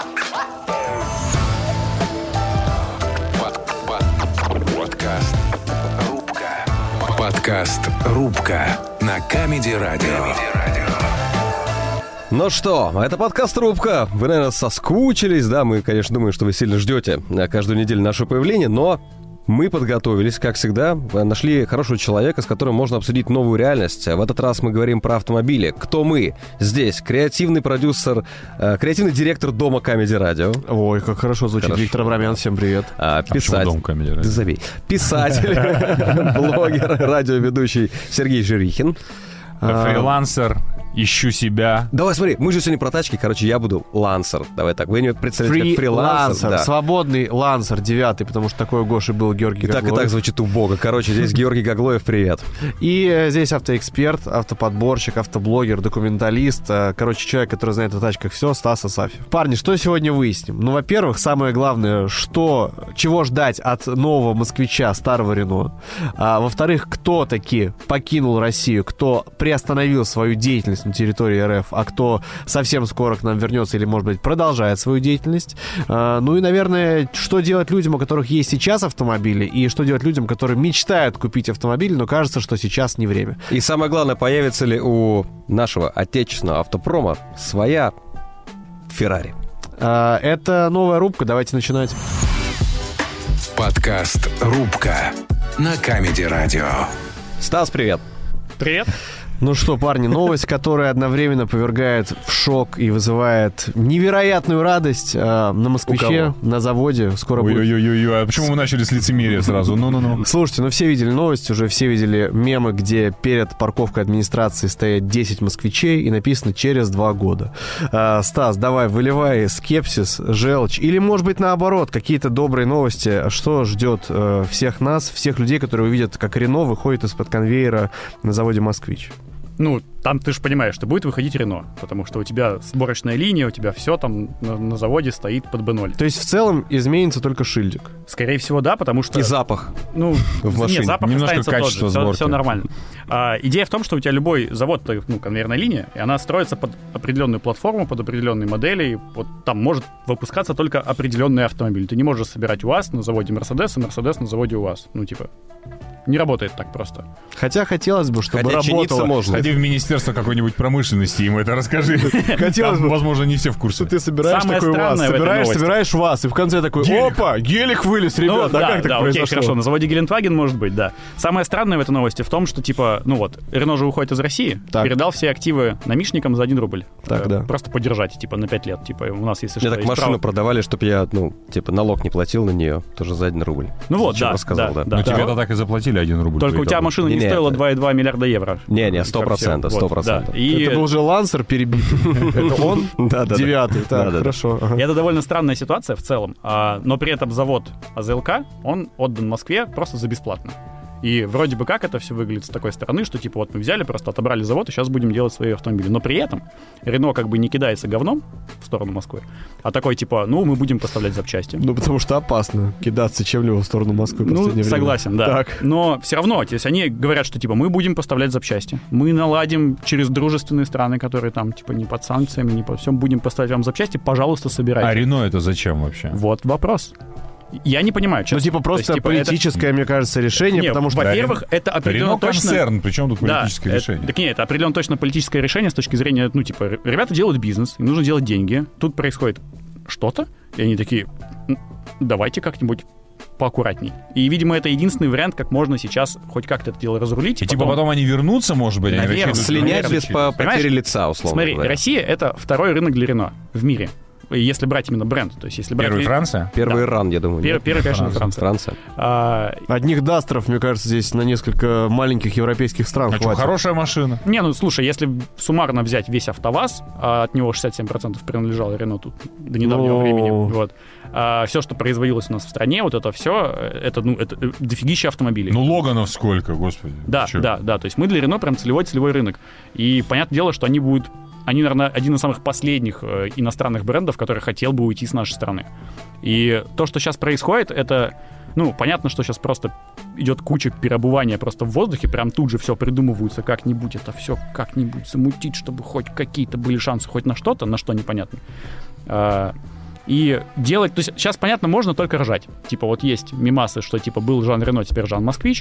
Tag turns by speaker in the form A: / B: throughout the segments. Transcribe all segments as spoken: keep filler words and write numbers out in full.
A: Подкаст «Рубка». Подкаст «Рубка» на Comedy Radio.
B: Ну что, это подкаст «Рубка». Вы, наверное, соскучились, да? Мы, конечно, думаем, что вы сильно ждете каждую неделю наше появление, но мы подготовились, как всегда, нашли хорошего человека, с которым можно обсудить новую реальность. В этот раз мы говорим про автомобили. Кто мы? Здесь креативный продюсер, э, креативный директор дома Comedy Radio.
C: Ой, как хорошо звучит.
B: Хорошо.
C: Виктор Абрамян, всем привет.
B: А, писатель.
D: А дом Comedy Radio?
B: Да забей. Писатель, блогер, радиоведущий Сергей Жирихин.
D: Фрилансер, ищу себя.
B: Давай, смотри, мы же сегодня про тачки, короче, я буду лансер. Давай так, вы не представляете, как фрилансер. Да.
C: Свободный лансер, девятый, потому что такой у Гоши был Георгий
B: И так, и
C: Гаглоев.
B: так звучит убого. Короче, здесь Георгий Гаглоев, привет.
C: И э, здесь автоэксперт, автоподборщик, автоблогер, документалист. э, Короче, человек, который знает о тачках все, Стас Асафьев. Парни, что сегодня выясним? Ну, во-первых, самое главное, что, чего ждать от нового москвича, старого Рено. А, во-вторых, кто таки покинул Россию, кто приостановил свою деятельность на территории РФ, а кто совсем скоро к нам вернется или, может быть, продолжает свою деятельность. А, ну и, наверное, что делать людям, у которых есть сейчас автомобили, и что делать людям, которые мечтают купить автомобиль, но кажется, что сейчас не время.
B: И самое главное, появится ли у нашего отечественного автопрома своя Феррари?
C: А, это новая рубка, давайте начинать.
A: Подкаст «Рубка» на Comedy Radio.
B: Стас, привет.
E: Привет.
C: Ну что, парни, новость, которая одновременно повергает в шок и вызывает невероятную радость э, на «Москвиче», на заводе. Скоро будет...
D: Ой-ой-ой, а почему мы начали с лицемерия сразу? Ну-ну-ну.
C: Слушайте, ну все видели новость, уже все видели мемы, где перед парковкой администрации стоят десять москвичей и написано «через два года». А, Стас, давай, выливай скепсис, желчь. Или, может быть, наоборот, какие-то добрые новости. Что ждет э, всех нас, всех людей, которые увидят, как Рено выходит из-под конвейера на заводе «Москвич»?
E: Ну, там ты же понимаешь, что будет выходить Рено, потому что у тебя сборочная линия, у тебя все там на, на заводе стоит под бэ ноль.
C: То есть в целом изменится только шильдик?
E: Скорее всего, да, потому что...
B: И запах.
E: Ну,
B: в машине.
E: Нет, запах
D: Немножко
E: останется тот
D: качество
E: же, все,
D: сборки.
E: все нормально. А, идея в том, что у тебя любой завод, ну, конвейерная линия, и она строится под определенную платформу, под определенные модели, и вот там может выпускаться только определенный автомобиль. Ты не можешь собирать УАЗ на заводе Мерседес и Мерседес на заводе УАЗ. Ну, типа, не работает так просто.
C: Хотя хотелось бы, чтобы
B: Хотя чиниться
C: работало.
B: можно.
D: Ходи в Министерство какой-нибудь промышленности, ему это расскажи.
C: Хотелось
D: Там,
C: бы.
D: возможно, не все в курсе.
C: Что ты собираешь
E: Самое
C: такой УАЗ,
E: странное в этой
C: собираешь,
E: новости.
C: собираешь УАЗ, и в конце такой,
D: Гелик.
C: опа, гелик вылез, ребята,
E: Ну,
C: а
E: да,
C: как так
E: да,
C: произошло?
E: окей, хорошо, на заводе Гелендваген может быть, да. Самое странное в этой новости в том, что, типа, ну вот, Рено же уходит из России,
C: Так.
E: передал все активы намишникам за один рубль.
C: Так,
E: Э,
C: да.
E: Просто поддержать, типа, на пять лет. Типа, у нас, если
B: Мне
E: что,
B: так
E: есть
B: машину
E: право-
B: продавали, чтобы я, ну, типа, налог не платил на нее, тоже за один рубль.
E: Ну вот,
B: Зачем
E: да,
B: рассказал,
E: да,
B: да.
E: да.
D: Ну, тебе-то так и заплатили один рубль.
E: Только у тебя машина не
B: Не-не,
E: стоила
B: это-
E: два и два миллиарда евро.
B: Не-не, сто
E: Как
B: процентов,
E: всё.
B: сто
E: Вот,
B: процентов.
E: да. И
C: Это был же Лансер перебитый. Это он?
B: Да-да-да.
C: Девятый, так,
B: Да-да-да.
C: хорошо. ага.
E: И это довольно странная ситуация в целом, а, но при этом завод АЗЛК, он отдан Москве просто за бесплатно. И вроде бы как это все выглядит с такой стороны, что типа вот мы взяли, просто отобрали завод, и сейчас будем делать свои автомобили. Но при этом Рено как бы не кидается говном в сторону Москвы, а такой типа, ну, мы будем поставлять запчасти.
C: Ну, потому что опасно кидаться чем-либо в сторону Москвы в
E: Ну,
C: последнее время.
E: согласен, да.
C: Так.
E: Но все равно, то есть они говорят, что типа мы будем поставлять запчасти. Мы наладим через дружественные страны, которые там типа не под санкциями, не под всем, будем поставлять вам запчасти, пожалуйста, собирайте.
D: А Рено это зачем вообще?
E: Вот вопрос. Я не понимаю, честно.
C: Ну, типа, просто
E: То есть, типа, это-
C: политическое, мне кажется, решение,
E: Не,
C: потому что...
E: во-первых, это определенно
D: Рено
E: точно...
D: концерн, причем тут
E: Да,
D: политическое
E: это-
D: решение.
E: Так нет, это определенно точно политическое решение с точки зрения, ну, типа, р- ребята делают бизнес, им нужно делать деньги, тут происходит что-то, и они такие, «М, давайте как-нибудь поаккуратней. И, видимо, это единственный вариант, как можно сейчас хоть как-то это дело разрулить.
D: И типа потом они вернутся, может быть? они
E: Наверное.
D: вообще идут
B: Слинять
D: наверх
B: без
D: через-
B: по-
E: Понимаешь?
B: потери лица, условно
E: Смотри,
B: говоря.
E: Россия — это второй рынок для Рено в мире. Если брать именно бренд. То есть, если брать...
D: Первый Франция?
B: Первый
E: Да.
B: Иран, я думаю.
E: Пер-
B: нет?
E: Первый, конечно,
D: Франция.
E: Франция.
B: Франция.
E: А,
C: Одних дастров, мне кажется, здесь на несколько маленьких европейских стран
D: А что,
C: хватит.
D: хорошая машина.
E: Не, ну слушай, если суммарно взять весь АвтоВАЗ, а от него шестьдесят семь процентов принадлежало Рено тут до недавнего
C: Ну.
E: времени, вот, а все, что производилось у нас в стране, вот это все, это, ну, это э, дофигища автомобилей.
D: Ну, Логанов сколько, господи.
E: да,
D: Чё?
E: да, да, то есть мы для Рено прям целевой целевой рынок. И понятное дело, что они будут, они, наверное, один из самых последних э, иностранных брендов, который хотел бы уйти с нашей страны. И то, что сейчас происходит, это, ну, понятно, что сейчас просто идет куча переобувания просто в воздухе, прям тут же все придумываются как-нибудь, это все как-нибудь замутить, чтобы хоть какие-то были шансы хоть на что-то, на что непонятно. А, И делать... То есть сейчас, понятно, можно только ржать. Типа вот есть мемасы, что типа был Жан Рено, теперь Жан Москвич.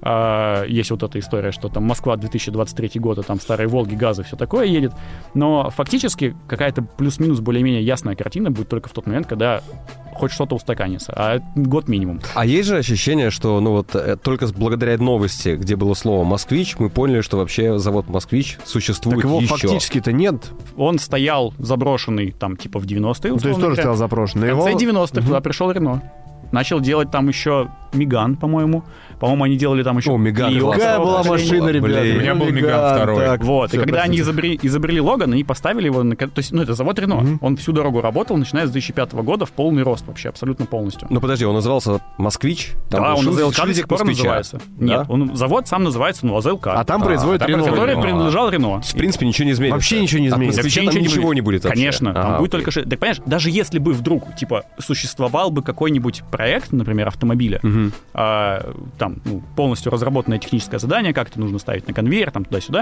E: А, есть вот эта история, что там Москва две тысячи двадцать третий год, а там старые Волги, газы, все такое едет. Но фактически какая-то плюс-минус более-менее ясная картина будет только в тот момент, когда хоть что-то устаканится, а год минимум.
B: А есть же ощущение, что ну вот э, только благодаря новости, где было слово «Москвич», мы поняли, что вообще завод «Москвич» существует
C: Так его
B: еще.
C: фактически-то нет.
E: Он стоял заброшенный там типа в девяностые,
C: Ну, то есть
E: условно
C: тоже
E: говоря.
C: стоял запрошен.
E: В
C: Но
E: конце
C: его...
E: девяностых
C: Мгм.
E: туда пришел Рено. Начал делать там еще Меган, по-моему. По-моему, они делали там еще
B: О, Меган,
E: Клио.
B: классно.
C: Какая была
B: Блин.
C: машина, ребята.
B: Блин.
D: У меня был Меган второй.
C: так.
E: Вот,
C: Всё,
E: и когда они
C: простите.
E: изобрели, изобрели Логан, они поставили его на... То есть, ну, это завод Рено.
C: Мгм.
E: Он всю дорогу работал, начиная с две тысячи пятого года, в полный рост вообще, абсолютно полностью.
B: Ну подожди, он назывался «Москвич»? Там
E: да,
B: был
E: он
B: шил-
E: АЗЛК до
B: шильдик
E: сих пор
B: «Москвича».
E: называется.
B: Да?
E: Нет, он, завод сам называется, ну, АЗЛК.
C: А там
B: А,
C: производит
D: там
C: Рено.
E: который
D: Рено.
E: принадлежал Рено.
B: В принципе, ничего не изменится.
C: Вообще ничего не
B: От
C: изменится.
B: «Москвича»
E: Вообще
B: там ничего не будет вообще.
E: Конечно, там
B: Ага,
E: будет
B: окей.
E: только... ши- Так, понимаешь, даже если бы вдруг, типа, существовал бы какой-нибудь проект, например, автомобиля,
B: Мгм.
E: а, там, ну, полностью разработанное техническое задание, как это нужно ставить на конвейер, там, туда-сюда,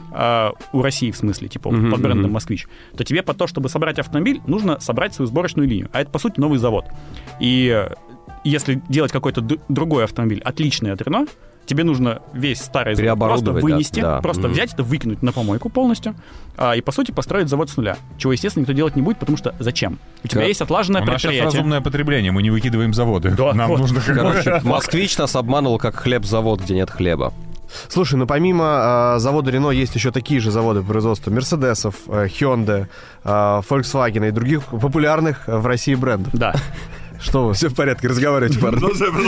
E: а, у России, в смысле, типа,
B: Мгм,
E: под брендом
B: мгм.
E: «Москвич», то тебе под то, чтобы собрать автомобиль, нужно собрать свою сборочную линию. А это, по сути, новый завод. И э, если делать какой-то д- другой автомобиль, отличный от Рено, тебе нужно весь старый завод просто
B: Переоборудовать, да,
E: вынести,
B: да.
E: просто
B: Мгм.
E: взять это, выкинуть на помойку полностью, а, и, по сути, построить завод с нуля. Чего, естественно, никто делать не будет, потому что зачем? У тебя
B: Да.
E: есть отлаженное
D: У нас сейчас
E: предприятие.
D: разумное потребление, мы не выкидываем заводы.
E: Да,
D: Нам
E: вот.
D: нужно
B: Короче, «Москвич» нас обманул, как хлеб-завод, где нет хлеба.
C: Слушай, ну помимо э, завода Рено есть еще такие же заводы по производству Мерседесов, э, Hyundai, э, Volkswagen и других популярных э, в России брендов.
E: Да.
C: Что вы?
B: Все в порядке, разговаривайте, парни.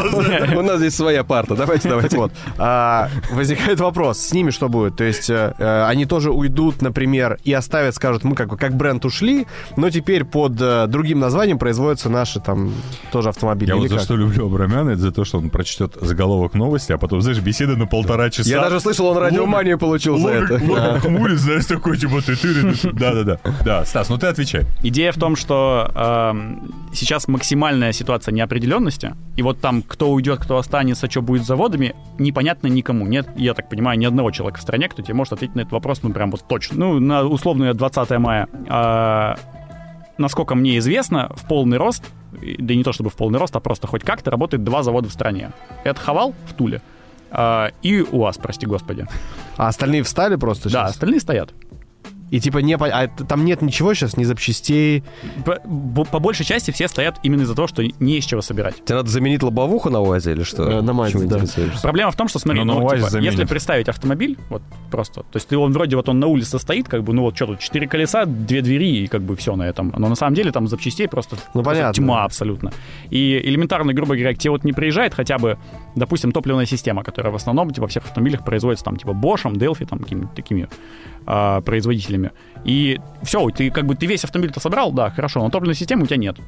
B: У нас здесь своя парта, давайте, давайте.
C: Вот. А, возникает вопрос, с ними что будет? То есть э, э, они тоже уйдут, например, и оставят, скажут, мы как, бы как бренд ушли, но теперь под э, другим названием производятся наши там тоже автомобили.
D: Я
C: или
D: вот за
C: как?
D: что люблю Абрамяна, это за то, что он прочтет заголовок новости, а потом, знаешь, беседа на полтора часа.
B: Я даже слышал, он радиоманию получил за это.
D: Логан хмурит, знаешь, такой, типа, ты ты Да-да-да. Да, Стас, ну ты отвечай.
E: Идея в том, что эм, сейчас максимальная ситуация неопределенности, и вот там кто уйдет, кто останется, что будет с заводами, непонятно никому. Нет, я так понимаю, ни одного человека в стране, кто тебе может ответить на этот вопрос, ну прям вот точно. Ну, на условное двадцатое мая. А, насколько мне известно, в полный рост, да и не то чтобы в полный рост, а просто хоть как-то работает два завода в стране. Это Хавал в Туле а, и УАЗ, прости господи.
C: А остальные встали просто
E: Да,
C: сейчас?
E: остальные стоят.
C: И типа не... по- А это- там нет ничего сейчас, ни запчастей?
E: По, бо- по большей части все стоят именно из-за того, что не из чего собирать.
B: Тебе надо заменить лобовуху на УАЗе или что?
C: Э, на МАЗе,
B: Почему
C: да.
B: интересуешься?
E: Проблема в том, что, смотри,
D: Ну,
E: ну,
D: на УАЗе
E: типа,
D: заменят.
E: если представить автомобиль, вот просто, то есть он вроде вот он на улице стоит, как бы, ну вот что тут, четыре колеса, две двери и как бы все на этом. Но на самом деле там запчастей просто,
C: Ну,
E: просто
C: понятно.
E: тьма абсолютно. И элементарно, грубо говоря, к тебе вот не приезжает хотя бы, допустим, топливная система, которая в основном типа, во всех автомобилях производится там типа Bosch, Delphi, там какими-то такими а, производителями. И все, ты как бы ты весь автомобиль-то собрал, да, хорошо, но топливной системы у тебя нет.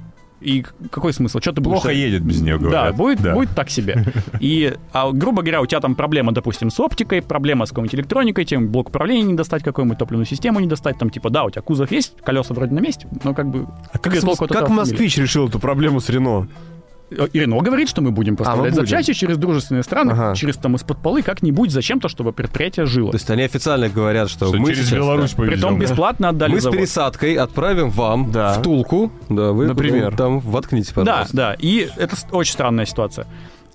E: И к- какой смысл? Что ты будешь...
D: Плохо едет без нее, говорят.
E: Да, будет, будет так себе. И, а, грубо говоря, у тебя там проблема, допустим, с оптикой, проблема с какой-нибудь электроникой, тем блок управления не достать, какую-нибудь топливную систему не достать, там, типа, да, у тебя кузов есть, колеса вроде на месте, но как бы...
C: А как,
E: тебе
C: с-
E: толку от
C: как
E: этого автомобиля?
C: Москвич решил эту проблему с Рено?
E: И Рено говорит, что мы будем поставлять
C: будем.
E: запчасти через дружественные страны,
C: Ага.
E: через там из-под полы, как-нибудь, зачем-то, чтобы предприятие жило.
B: То есть они официально говорят, что,
D: Что
B: мы
D: через
B: сейчас,
D: Беларусь
B: да,
D: повезем.
E: Притом бесплатно отдали
B: мы с
E: завод.
B: пересадкой отправим вам
C: Да.
B: втулку. Да, вы
C: Например.
B: куда-нибудь там воткните,
E: Да,
B: пожалуйста.
E: да, и это с- очень странная ситуация.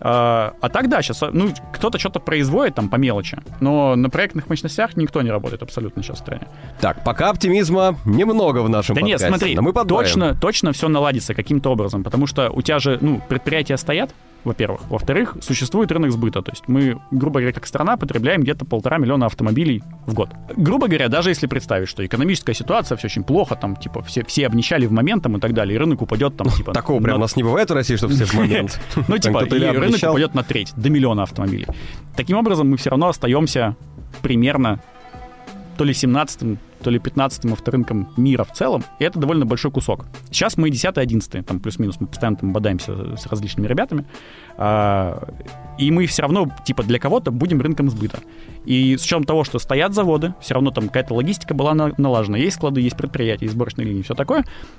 E: А, а так, да, сейчас, ну, кто-то что-то производит там по мелочи, но на проектных мощностях никто не работает абсолютно сейчас в стране.
B: Так, пока оптимизма немного в нашем
E: Да нет,
B: подкасте.
E: смотри,
B: но мы подбавим.
E: точно, точно все наладится каким-то образом, потому что у тебя же, ну, предприятия стоят, во-первых. Во-вторых, существует рынок сбыта. То есть мы, грубо говоря, как страна потребляем где-то полтора миллиона автомобилей в год. Грубо говоря, даже если представить, что экономическая ситуация, все очень плохо, там, типа, все, все обнищали в моментом и так далее, и рынок упадет там, типа...
B: Такого прям у
E: на-
B: нас не бывает в России, чтобы все в момент.
E: Ну,
B: Там
E: типа,
B: кто-то
E: и
B: или
E: рынок
B: обнищал.
E: упадет на треть, до миллиона автомобилей. Таким образом, мы все равно остаемся примерно то ли семнадцатым, то ли пятнадцатым авторынком мира в целом, и это довольно большой кусок. Сейчас мы десятый, одиннадцатый, там плюс-минус, мы постоянно там бодаемся с различными ребятами, а, и мы все равно, типа, для кого-то будем рынком сбыта. И с учетом того, что стоят заводы, все равно там какая-то логистика была на- налажена, есть склады, есть предприятия, есть сборочные линии, все такое,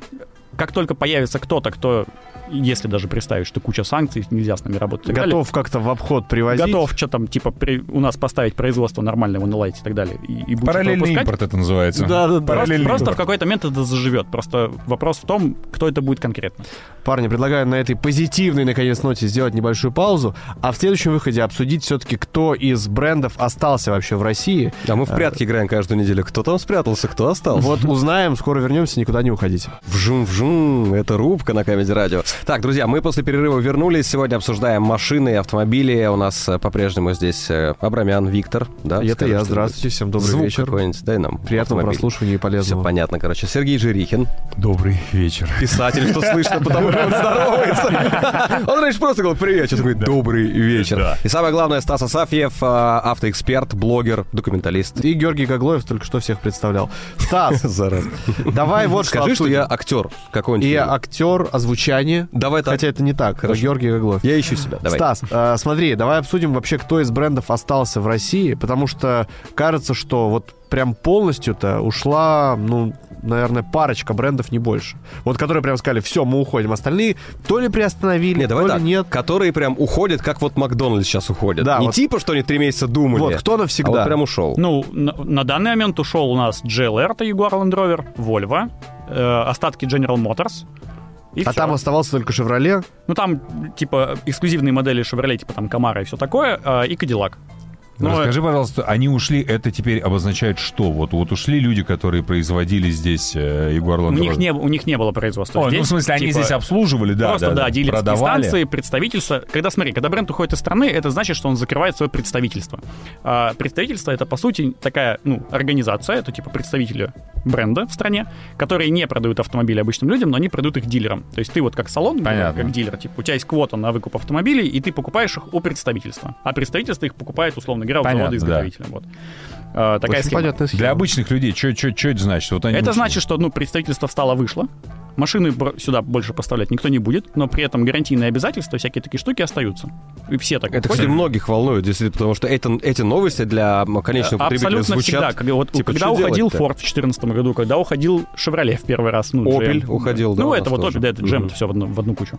E: как только появится кто-то, кто, если даже представить, что куча санкций, нельзя с нами работать и так
C: Готов
E: далее,
C: как-то в обход привозить.
E: готов что там, типа, при, у нас поставить производство нормальное в онлайн и так далее, и, и будет
D: Параллельный
E: это выпускать,
D: импорт это называется.
C: Да, да, да.
E: просто,
D: Параллельный
E: просто в
D: импорт.
E: какой-то момент это заживет. Просто вопрос в том, кто это будет конкретно.
C: Парни, предлагаю на этой позитивной, наконец, ноте сделать небольшую паузу, а в следующем выходе обсудить все-таки, кто из брендов остался вообще в России.
B: А мы в прятки играем каждую неделю. Кто там спрятался, кто остался?
C: Вот узнаем, скоро вернемся, никуда не уходите.
B: Вжум-вжум, это рубка на Камеди Радио. Так, друзья, мы после перерыва вернулись. Сегодня обсуждаем машины, автомобили. У нас э, по-прежнему здесь э, Абрамян Виктор. Да,
C: И это
B: скажи,
C: я.
B: что
C: Здравствуйте, всем добрый
B: звук
C: вечер.
B: какой-нибудь, дай нам.
C: Приятного
B: автомобиль.
C: прослушивания и
B: Все
C: полезного.
B: понятно, короче. Сергей Жирихин,
D: Добрый вечер.
B: писатель, что слышно, потому что он здоровается. Он раньше просто говорил привет, сейчас говорит добрый вечер.
D: Да.
B: И самое главное, Стас Асафьев, э, автоэксперт, блогер, документалист.
C: И Георгий Коглоев только что всех представлял. Стас,
B: Зараза.
C: давай вот что
B: Скажи, что
C: обсудим.
B: я актер какой-нибудь.
C: И актер, озвучание.
B: Давай так.
C: Хотя это не так.
B: Хорошо.
C: Георгий Коглоев.
B: Я ищу себя. Давай.
C: Стас, э, смотри, давай обсудим вообще, кто из брендов остался в России, потому что кажется, что вот прям полностью-то ушла, ну, наверное, парочка брендов, не больше. Вот которые прям сказали, все, мы уходим. Остальные то ли приостановили,
B: Нет,
C: то
B: давай
C: ли
B: так.
C: нет.
B: Которые прям уходят, как вот Макдональдс сейчас уходит.
C: Да,
B: Не
C: вот.
B: типа, что они три месяца думали.
C: Вот, кто
B: А
C: навсегда?
B: вот прям ушел.
E: Ну, на, на данный момент ушел у нас джей эл ар, это Jaguar Land Rover, Volvo, э, остатки General Motors. И
C: а
E: всё.
C: там оставался только Chevrolet.
E: Ну, там, типа, эксклюзивные модели Chevrolet, типа там Camaro и все такое, э, и Cadillac.
D: Ну,
E: Ну,
D: расскажи, пожалуйста, они ушли, это теперь обозначает что? Вот, вот ушли люди, которые производили здесь э, Jaguar Land
E: У них,
D: Rover?
E: не, у них не было производства
D: Ой,
E: здесь.
D: ну, в смысле, они
E: типа,
D: здесь обслуживали, да,
E: Просто,
D: да,
E: да,
D: да,
E: дилерские
D: продавали.
E: станции, представительства. Когда, смотри, когда бренд уходит из страны, это значит, что он закрывает свое представительство. А представительство — это, по сути, такая, ну, организация, это типа представители бренда в стране, которые не продают автомобили обычным людям, но они продают их дилерам. То есть ты вот как салон,
D: Понятно.
E: как дилер, типа у тебя есть квота на выкуп автомобилей, и ты покупаешь их у представительства. А представительство их покупает, условно говоря, у
D: Понятно,
E: завода-изготовителя. Вот. А, такая
C: Очень
E: схема.
C: понятная схема.
D: Для обычных людей, что это значит? Вот они
E: Это
D: ушли.
E: значит, что, ну, представительство встало-вышло, машины бр- сюда больше поставлять никто не будет, но при этом гарантийные обязательства, всякие такие штуки остаются. И все так
B: Это,
E: ходят.
B: кстати, многих волнует, действительно, потому что это, эти новости для конечного потребителя
E: Абсолютно
B: звучат...
E: всегда. Когда, вот,
B: типа,
E: когда
B: что
E: уходил
B: делать-то?
E: Ford в две тысячи четырнадцатом году, когда уходил Chevrolet в первый раз. Ну,
B: Opel
E: джи эм.
B: уходил, да,
E: Ну,
B: у
E: это
B: нас
E: вот
B: тоже.
E: Opel, да, это джи эм,
B: Мгм.
E: это все в одну, в одну кучу.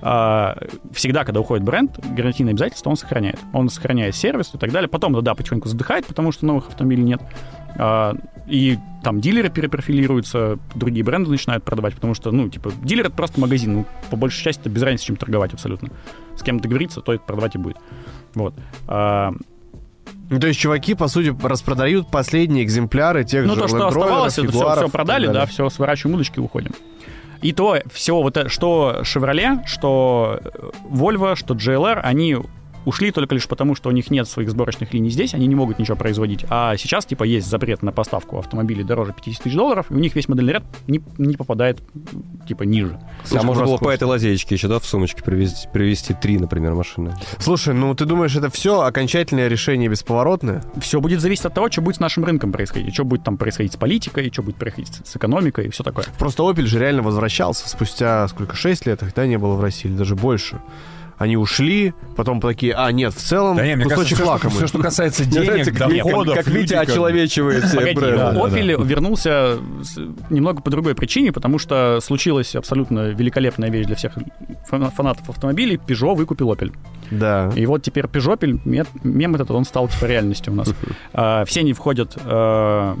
E: А, всегда, когда уходит бренд, гарантийные обязательства он сохраняет. Он сохраняет сервис и так далее. Потом, да, потихоньку задыхает, потому что новых автомобилей нет. А, и там дилеры перепрофилируются, другие бренды начинают продавать, потому что, ну, типа, дилер — это просто магазин. Ну, по большей части, это без разницы, чем торговать абсолютно. С кем договориться, то это продавать и будет. Вот. А,
C: Ну, то есть чуваки, по сути, распродают последние экземпляры тех
E: Ну,
C: же
E: то, что
C: Land
E: оставалось,
C: Rover'ов,
E: это все,
C: Jaguar'ов
E: все
C: и так
E: продали,
C: далее.
E: да, все, сворачиваем удочки и уходим. И то все вот это, что Chevrolet, что Volvo, что джей эл ар, они ушли только лишь потому, что у них нет своих сборочных линий здесь, они не могут ничего производить. А сейчас, типа, есть запрет на поставку автомобилей дороже пятьдесят тысяч долларов, и у них весь модельный ряд не, не попадает, типа, ниже.
B: А
E: Слишком
B: можно было
E: роскошно.
B: по этой лазеечке еще, да, в сумочке привезти, привезти три, например, машины.
C: Слушай, ну ты думаешь, это все окончательное решение бесповоротное?
E: Все будет зависеть от того, что будет с нашим рынком происходить, что будет там происходить с политикой, что будет происходить с экономикой и все такое.
C: Просто Opel же реально возвращался спустя, сколько, шесть лет, их, да, не было в России, или даже больше. Они ушли, потом такие, а, нет, в целом
D: Да нет, мне кажется,
C: кусочек
D: все, что,
C: лакомый.
D: все, что касается денег,
B: Знаете, как,
D: доходов,
B: как
D: люди
B: Витя
D: как бы-
B: очеловечивает все
E: Погоди,
B: бренды.
D: да, да,
E: Opel вернулся с- немного по другой причине, потому что случилась абсолютно великолепная вещь для всех фана- фанатов автомобилей. Peugeot выкупил Opel.
C: Да.
E: И вот теперь Peugeot, Opel, мем, мем этот, он стал типа реальностью у нас. А, все они входят а,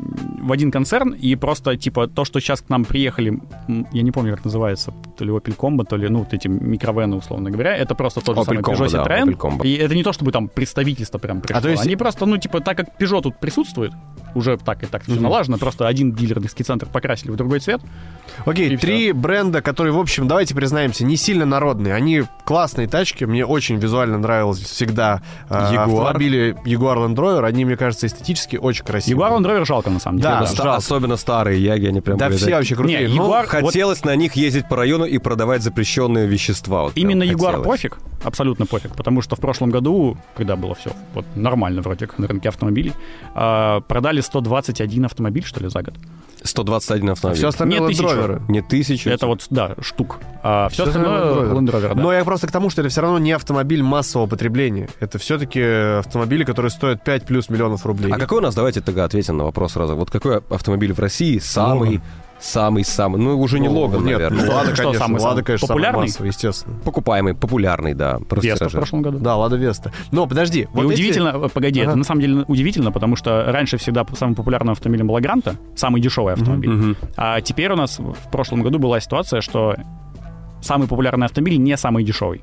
E: в один концерн, и просто типа то, что сейчас к нам приехали, м, я не помню, как называется, то ли Opel Combo, то ли, ну, вот эти микровены, условно говоря, это просто тот же
B: Opel
E: самый
B: Combo,
E: Peugeot
B: да,
E: Citroën.
B: Opel Combo.
E: И это не то, чтобы там представительство прям пришло.
C: А то есть-
E: Они просто, ну, типа, так как Peugeot тут присутствует, уже так и так все
C: Мгм.
E: налажено, просто один дилерский центр покрасили в другой цвет.
C: Окей,
E: И
C: три бренда, которые, в общем, давайте признаемся, не сильно народные. Они классные тачки, мне очень визуально нравилось всегда э,
B: Jaguar.
C: автомобили Jaguar Land Rover. Они, мне кажется, эстетически очень красивые.
E: Jaguar Land Rover жалко, на самом деле.
C: Да,
E: да.
B: Ста-
C: жалко.
B: Особенно старые яги, они прям
C: Да,
B: были
C: все
B: такие.
C: вообще крутые.
E: Не,
C: Ну,
E: Jaguar-
B: Хотелось на них ездить по району и продавать запрещенные вещества. Вот прям
E: Именно Jaguar
B: хотелось.
E: пофиг, абсолютно пофиг, потому что в прошлом году, когда было все вот нормально вроде как на рынке автомобилей, а, продали сто двадцать один автомобиль, что ли, за год.
B: сто двадцать один автомобиль.
C: все остальные
E: Не
C: Land
E: тысячу.
C: Rover'ы.
B: Не тысячу.
E: Это вот, да, штук. А все
C: Всё
E: остальное
C: остальное Land
E: Land Rover, да.
C: Но я просто к тому, что это все равно не автомобиль массового потребления. Это все-таки автомобили, которые стоят пять плюс миллионов рублей.
B: А какой у нас, давайте тогда ответим на вопрос сразу. Вот какой автомобиль в России самый самый-самый, ну, уже не
C: Ну,
B: Логан,
C: нет,
B: наверное.
C: ну, Лада,
E: Что
C: конечно,
E: самый-
C: Лада, конечно, самый
E: популярный?
C: массовый, естественно.
B: Покупаемый, популярный, да. просто
E: Веста в
B: тиражи.
E: прошлом году.
C: Да, Лада Веста. Но подожди.
E: И
C: вот если-
E: удивительно, погоди,
C: Ага.
E: это на самом деле удивительно, потому что раньше всегда самым популярным автомобилем была Гранта, самый дешевый автомобиль.
B: Мгм.
E: А теперь у нас в прошлом году была ситуация, что самый популярный автомобиль не самый дешевый.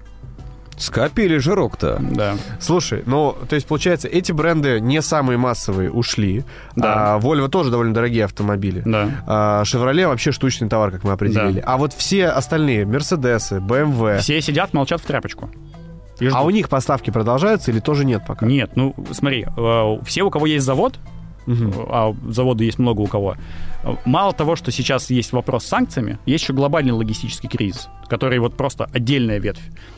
B: Скопили жирок-то.
E: Да.
C: Слушай, ну, то есть, получается, эти бренды не самые массовые ушли.
E: Да.
C: А Volvo тоже довольно дорогие автомобили.
E: Да.
C: А Chevrolet вообще штучный товар, как мы определили. А вот все остальные, Мерседесы, бэ эм вэ,
E: Все сидят, молчат в тряпочку. И
C: а
E: ждут.
C: у них поставки продолжаются или тоже нет пока?
E: Нет, ну смотри, э, все, у кого есть завод,
C: Мгм.
E: а заводы есть много у кого, э, мало того, что сейчас есть вопрос с санкциями, есть еще глобальный логистический кризис, который вот просто отдельная ветвь.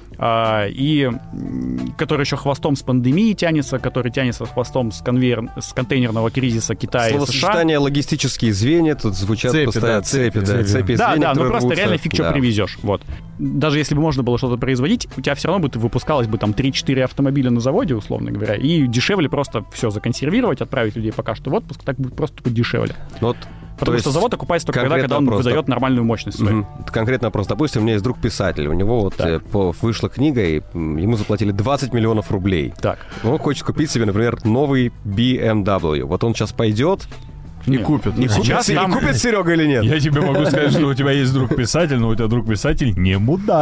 E: А, и м, который еще хвостом с пандемии тянется, который тянется хвостом с, конвейер, с контейнерного кризиса Китая и США.
B: Словосочетание «логистические звенья» тут звучат
C: Цепи,
B: постоянно.
C: да, цепи,
B: да,
C: цепи.
B: цепи
E: Да,
B: звеньев,
E: да, ну
B: которые
E: просто
B: рвутся.
E: реально фиг что
B: Да.
E: привезешь. Вот. Даже если бы можно было что-то производить, у тебя все равно бы выпускалось бы там три-четыре автомобиля на заводе, условно говоря, и дешевле просто все законсервировать, отправить людей пока что в отпуск, так будет просто подешевле.
B: Ну вот,
E: Потому
B: то
E: что
B: есть
E: завод окупается только тогда,
B: конкретно
E: когда он
B: просто-
E: выдает нормальную мощность свою.
B: Мгм. Конкретно просто, допустим, у меня есть друг-писатель, у него вот
E: Так.
B: э, по- вышла книга, и м, ему заплатили двадцать миллионов рублей.
E: Так.
B: Он хочет купить себе, например, новый би эм дабл ю. Вот он сейчас пойдет,
C: Не
E: Нет.
C: купят.
E: Не Сейчас
B: купит,
E: там-
B: купит Серега или нет?
D: Я тебе могу сказать, что у тебя есть друг-писатель, но у тебя друг-писатель не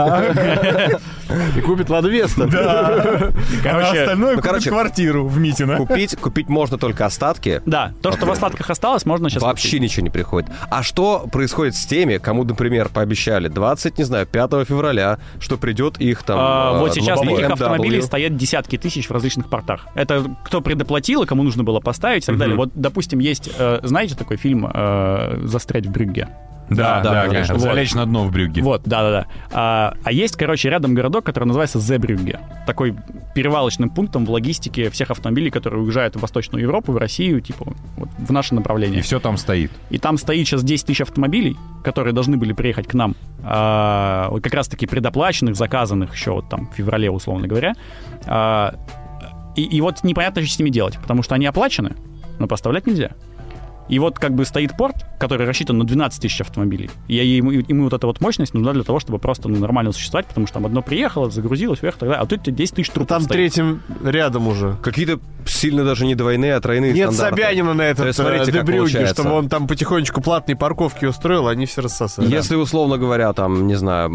D: мудак.
C: И купит Ладу Веста.
D: Да.
E: Короче,
D: А остальное
B: ну,
D: купит
B: короче,
D: квартиру в Митино.
B: Купить, купить можно только остатки.
E: да, то, что в остатках осталось, можно сейчас
B: Вообще
E: купить.
B: ничего не приходит. А что происходит с теми, кому, например, пообещали двадцать, не знаю, пятого февраля, что придет их там...
E: А,
B: э,
E: вот сейчас
B: новый
E: таких
B: би эм дабл ю?
E: автомобилей стоят десятки тысяч в различных портах. Это кто предоплатил и кому нужно было поставить и так далее. Вот, допустим, есть, э, знаете, такой фильм э, «Застрять в Брюгге»?
D: Да,
B: Да,
D: да,
B: конечно.
D: конечно.
E: Вот.
D: Залечь на дно в брюгге.
E: Вот, да-да-да. А, а есть, короче, рядом городок, который называется Зебрюгге. Такой перевалочным пунктом в логистике всех автомобилей, которые уезжают в Восточную Европу, в Россию, типа, вот, в наше
D: И
E: направление.
D: все там стоит.
E: И там стоит сейчас десять тысяч автомобилей, которые должны были приехать к нам. А, вот как раз-таки предоплаченных, заказанных еще вот там в феврале, условно говоря. А, и, и вот непонятно, что с ними делать, потому что они оплачены, но поставлять нельзя. И вот как бы стоит порт, который рассчитан на двенадцать тысяч автомобилей. И ему, ему вот эта вот мощность нужна для того, чтобы просто ну, нормально существовать, потому что там одно приехало, загрузилось, уехало, так далее, а тут десять тысяч трупов
C: Там
E: стоит.
C: третьим рядом уже.
B: Какие-то сильно даже не двойные, а тройные
C: Нет
B: стандарты.
C: Собянина на
B: То
C: этот
B: есть смотрите,
C: э,
B: как
C: Дебрюгге,
B: получается.
C: чтобы он там потихонечку платные парковки устроил, они все рассасывают.
B: Если, условно говоря, там, не знаю,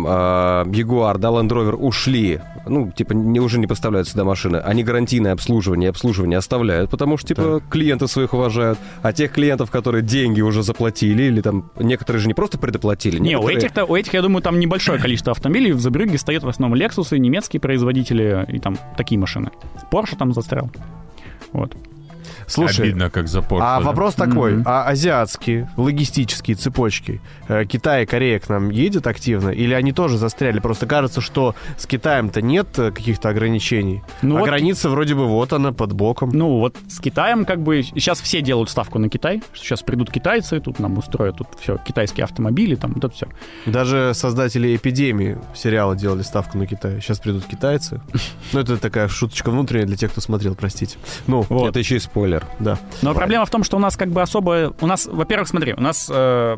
B: Ягуар, да, Land Rover ушли, ну, типа, не, уже не поставляют сюда машины, они гарантийное обслуживание и обслуживание оставляют, потому что, типа, клиенты своих уважают, а тех клиентов, которые деньги уже заплатили, или там, некоторые же не просто предоплатили,
E: Не, у
B: некоторые-
E: этих, у этих, я думаю, там небольшое количество автомобилей. В Забрюгге стоят в основном Lexus, немецкие производители и там такие машины. Porsche там застрял. Вот.
C: Слушай,
D: Обидно, как за Porsche,
C: а
D: да?
C: вопрос такой,
E: Мгм.
C: а азиатские логистические цепочки, э, Китай и Корея к нам едет активно, или они тоже застряли? Просто кажется, что с Китаем-то нет э, каких-то ограничений,
E: Ну
C: а
E: вот-
C: граница вроде бы вот она, под боком.
E: Ну, вот с Китаем как бы... Сейчас все делают ставку на Китай, что сейчас придут китайцы, тут нам устроят тут все, китайские автомобили, там вот это все.
C: Даже создатели «Эпидемии» сериала делали ставку на Китай. Сейчас придут китайцы. Ну, это такая шуточка внутренняя для тех, кто смотрел, простите. Ну,
E: Вот.
B: Это еще и спойлер.
C: да.
E: Но проблема в том, что у нас как бы особо... У нас, во-первых, смотри, у нас э,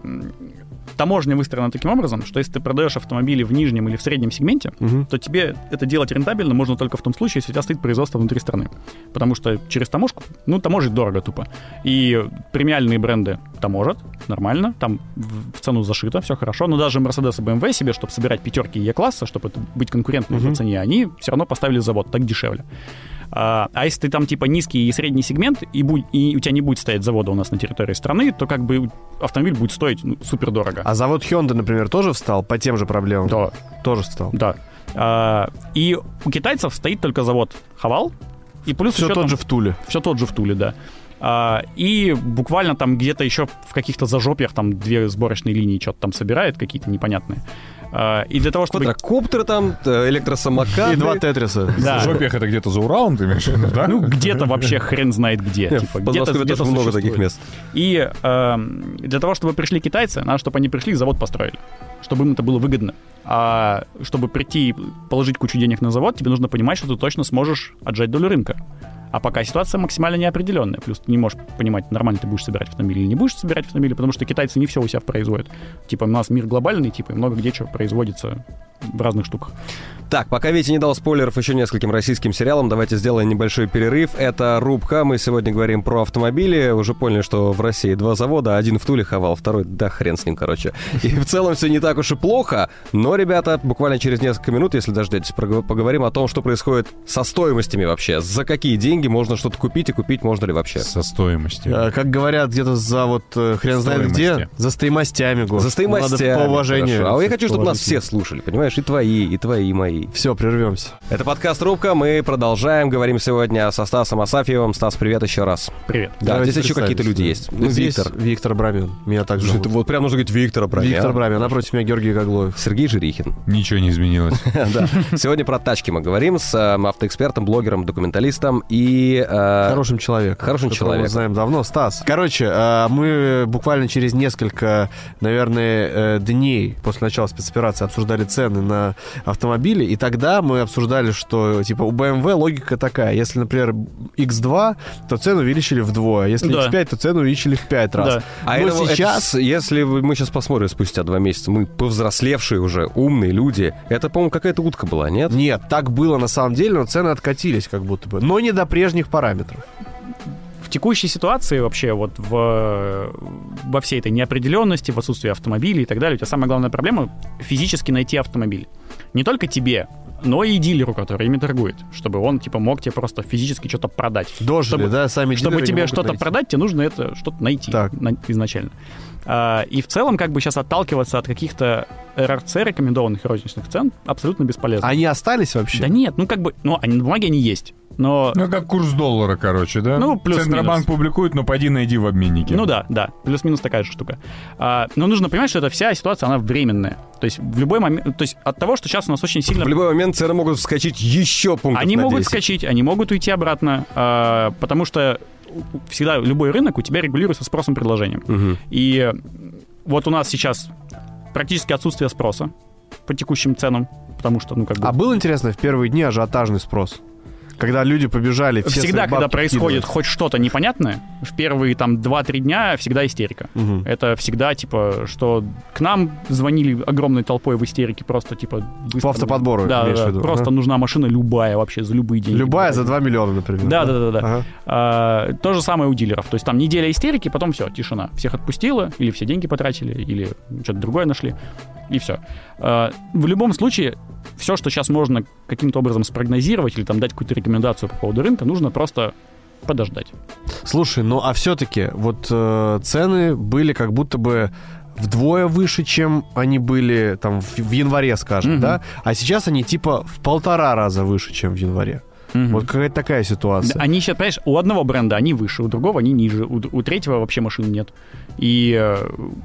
E: таможня выстроена таким образом, что если ты продаешь автомобили в нижнем или в среднем сегменте,
C: Мгм.
E: то тебе это делать рентабельно можно только в том случае, если у тебя стоит производство внутри страны. Потому что через таможку, ну, таможить дорого тупо. И премиальные бренды таможат, нормально, там в в цену зашито, все хорошо, но даже Mercedes и бэ эм вэ себе, чтобы собирать пятерки Е-класса, чтобы это быть конкурентным
C: Мгм.
E: по цене, они все равно поставили завод, так дешевле. А, а если ты там типа низкий и средний сегмент, и, будь, и у тебя не будет стоять завода у нас на территории страны, то как бы автомобиль будет стоить ну, супер дорого.
C: А завод Hyundai, например, тоже встал по тем же проблемам?
E: Да.
C: Тоже встал.
E: Да. А, и у китайцев стоит только завод Хавал, и плюс
C: Все
E: еще
C: тот
E: там-
C: же в Туле.
E: все тот же в Туле, да. А, и буквально там где-то еще в каких-то зажопьях там две сборочные линии что-то там собирает, какие-то непонятные. А, и для того, чтобы...
B: Квадрокоптеры там, э, электросамокаты.
C: И два Тетриса.
E: Да.
D: В жопе это где-то за Уралом, ты имеешь в виду, да?
E: Ну, где-то вообще хрен знает где.
B: Не,
E: типа,
B: в
E: где-то,
B: Подмосковье
E: где-то
B: тоже много таких
E: существует.
B: мест.
E: И эм, для того, чтобы пришли китайцы, надо, чтобы они пришли и завод построили. Чтобы им это было выгодно. А чтобы прийти и положить кучу денег на завод, тебе нужно понимать, что ты точно сможешь отжать долю рынка. А пока ситуация максимально неопределенная. Плюс ты не можешь понимать, нормально ты будешь собирать автомобиль или не будешь собирать автомобили, потому что китайцы не все у себя производят. Типа у нас мир глобальный, типа много где что производится в разных штуках.
B: Так, пока Витя не дал спойлеров еще нескольким российским сериалам, давайте сделаем небольшой перерыв. Это «Рубка». Мы сегодня говорим про автомобили. Уже поняли, что в России два завода. Один в Туле хавал, второй, да хрен с ним, короче. И в целом все не так уж и плохо. Но, ребята, буквально через несколько минут, если дождетесь, поговорим о том, что происходит со стоимостями вообще. За какие деньги можно что-то купить и купить можно ли вообще.
D: Со стоимостью.
C: А, как говорят где-то за вот хрен знает где, за стоимостями. Год.
B: За стоимостями.
C: Надо по уважению.
B: Хорошо. А я хочу, чтобы нас все слушали, понимаешь? И твои, и твои, и мои.
C: Все, прервемся.
B: Это подкаст «Рубка». Мы продолжаем. Говорим сегодня со Стасом Асафьевым. Стас, привет еще раз.
E: Привет.
B: Да,
C: Давайте
B: здесь еще какие-то люди есть. Ну,
C: здесь
B: Виктор.
C: Виктор Брамин. Меня так зовут.
B: Это вот прям нужно говорить Виктор Брамин.
C: Виктор Брамин. Напротив меня Георгий Гаглоев.
B: Сергей Жирихин.
D: Ничего не изменилось.
B: Да. Сегодня про тачки мы говорим с автоэкспертом, блогером, документалистом и...
C: Хорошим человеком.
B: Хорошим человеком.
C: Мы знаем давно. Стас. Короче, мы буквально через несколько, наверное, дней после начала спецоперации обсуждали цены на автомобили, и тогда мы обсуждали, что типа у бэ эм вэ логика такая. Если, например, икс два, то цену увеличили вдвое. Если
E: да.
C: икс пять, то цену увеличили в пять раз.
E: Да.
B: А
C: Но
B: это,
C: сейчас...
B: это, если мы сейчас посмотрим спустя два месяца, мы повзрослевшие уже, умные люди, это, по-моему, какая-то утка была, нет?
C: Нет, так было на самом деле, но цены откатились как будто бы. Но не до прежних параметров.
E: В текущей ситуации вообще вот в, во всей этой неопределенности, в отсутствии автомобилей и так далее, у тебя самая главная проблема — физически найти автомобиль. Не только тебе, но и дилеру, который ими торгует, чтобы он типа мог тебе просто физически что-то продать.
C: Дожили,
E: чтобы,
C: да, сами
E: Чтобы тебе что-то
C: найти.
E: продать, тебе нужно это что-то найти на, изначально. А, и в целом как бы сейчас отталкиваться от каких-то эр эр цэ рекомендованных розничных цен абсолютно бесполезно.
C: Они остались вообще?
E: Да нет, ну как бы, ну они, на бумаге они есть. Но...
D: Ну, как курс доллара, короче, да?
E: Ну, плюс-минус.
D: Центробанк публикует, но пойди найди в обменнике.
E: Ну да, да, плюс-минус такая же штука. А, но нужно понимать, что эта вся ситуация, она временная. То есть в любой момент, то есть от того, что сейчас у нас очень сильно...
B: В любой момент цены могут вскочить еще пунктов
E: Они
B: на
E: могут
B: десять.
E: вскочить, они могут уйти обратно, а, потому что всегда любой рынок у тебя регулируется спросом и предложением.
B: Угу.
E: И вот у нас сейчас практически отсутствие спроса по текущим ценам, потому что, ну, как бы...
C: А был, интересно, в первые дни ажиотажный спрос? Когда люди побежали, все
E: Всегда,
C: свои
E: когда
C: бабки
E: происходит
C: вкидывать.
E: хоть что-то непонятное, в первые там два-три дня всегда истерика.
C: Мгм.
E: Это всегда, типа, что к нам звонили огромной толпой в истерике, просто, типа... быстро-
C: По автоподбору,
E: Да,
C: имеешь
E: да,
C: в виду?
E: просто
C: Ага.
E: нужна машина любая вообще, за любые деньги.
C: Любая за два миллиона, например.
E: Да, да, да, да.
C: Ага.
E: А, то же самое у дилеров. То есть там неделя истерики, потом все, тишина. Всех отпустила, или все деньги потратили, или что-то другое нашли, и все. А, в любом случае, все, что сейчас можно каким-то образом спрогнозировать или там дать какую-то рекомендацию по поводу рынка, нужно просто подождать.
C: Слушай, ну а все-таки вот э, цены были как будто бы вдвое выше, чем они были там в, в январе, скажем,
E: Мгм.
C: да? А сейчас они типа в полтора раза выше, чем в январе.
E: Мгм.
C: Вот какая-то такая ситуация.
E: Они сейчас, понимаешь, у одного бренда они выше, у другого они ниже, у, у третьего вообще машин нет. И э,